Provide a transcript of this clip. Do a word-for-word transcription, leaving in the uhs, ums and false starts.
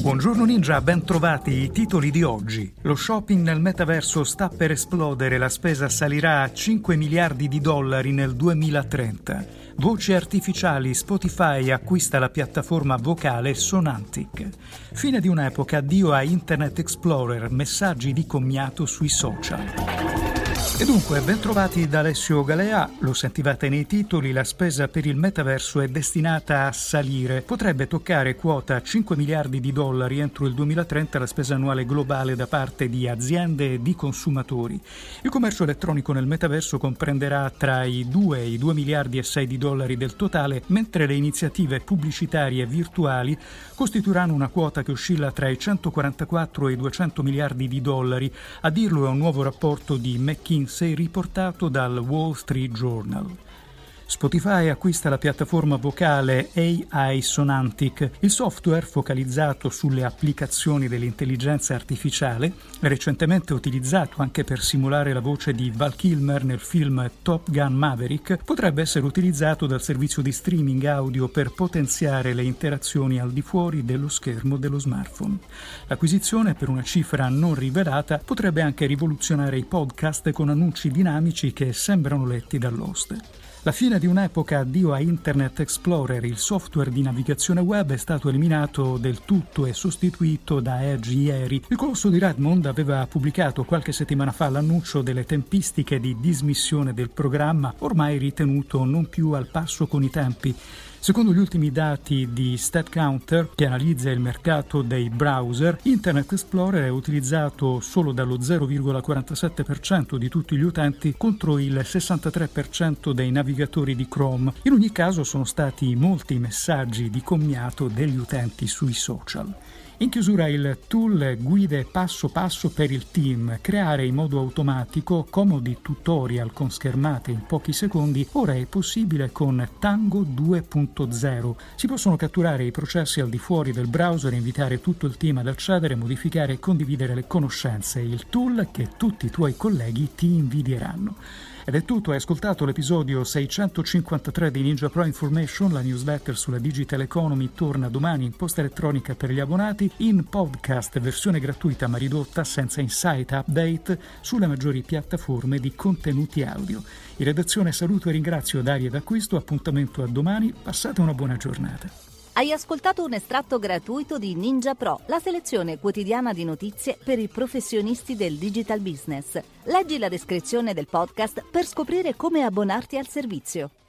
Buongiorno Ninja, ben trovati i titoli di oggi. Lo shopping nel metaverso sta per esplodere, la spesa salirà a cinque miliardi di dollari nel duemilatrenta. Voci artificiali, Spotify acquista la piattaforma vocale Sonantic. Fine di un'epoca, addio a Internet Explorer, messaggi di commiato sui social. E dunque, ben trovati da Alessio Galea, lo sentivate nei titoli, la spesa per il metaverso è destinata a salire. Potrebbe toccare quota cinque miliardi di dollari entro il duemilatrenta la spesa annuale globale da parte di aziende e di consumatori. Il commercio elettronico nel metaverso comprenderà tra i due e i due miliardi e sei di dollari del totale, mentre le iniziative pubblicitarie virtuali costituiranno una quota che oscilla tra i centoquarantaquattro e i duecento miliardi di dollari. A dirlo è un nuovo rapporto di McKinsey riportato dal Wall Street Journal. Spotify acquista la piattaforma vocale A I Sonantic, il software focalizzato sulle applicazioni dell'intelligenza artificiale, recentemente utilizzato anche per simulare la voce di Val Kilmer nel film Top Gun Maverick, potrebbe essere utilizzato dal servizio di streaming audio per potenziare le interazioni al di fuori dello schermo dello smartphone. L'acquisizione, per una cifra non rivelata, potrebbe anche rivoluzionare i podcast con annunci dinamici che sembrano letti dall'host. La fine di un'epoca, addio a Internet Explorer, il software di navigazione web è stato eliminato del tutto e sostituito da Edge ieri. Il colosso di Redmond aveva pubblicato qualche settimana fa l'annuncio delle tempistiche di dismissione del programma, ormai ritenuto non più al passo con i tempi. Secondo gli ultimi dati di StatCounter, che analizza il mercato dei browser, Internet Explorer è utilizzato solo dallo zero virgola quarantasette per cento di tutti gli utenti contro il sessantatré per cento dei navigatori di Chrome. In ogni caso sono stati molti messaggi di commiato degli utenti sui social. In chiusura il tool Guide passo passo per il team. Creare in modo automatico comodi tutorial con schermate in pochi secondi ora è possibile con Tango due punto zero. Si possono catturare i processi al di fuori del browser, invitare tutto il team ad accedere, modificare e condividere le conoscenze. Il tool che tutti i tuoi colleghi ti invidieranno. Ed è tutto, hai ascoltato l'episodio seicentocinquantatré di Ninja Pro Information, la newsletter sulla digital economy torna domani in posta elettronica per gli abbonati, in podcast versione gratuita ma ridotta senza insight update sulle maggiori piattaforme di contenuti audio. In redazione saluto e ringrazio Daria D'Acquisto, appuntamento a domani, passate una buona giornata. Hai ascoltato un estratto gratuito di Ninja Pro, la selezione quotidiana di notizie per i professionisti del digital business. Leggi la descrizione del podcast per scoprire come abbonarti al servizio.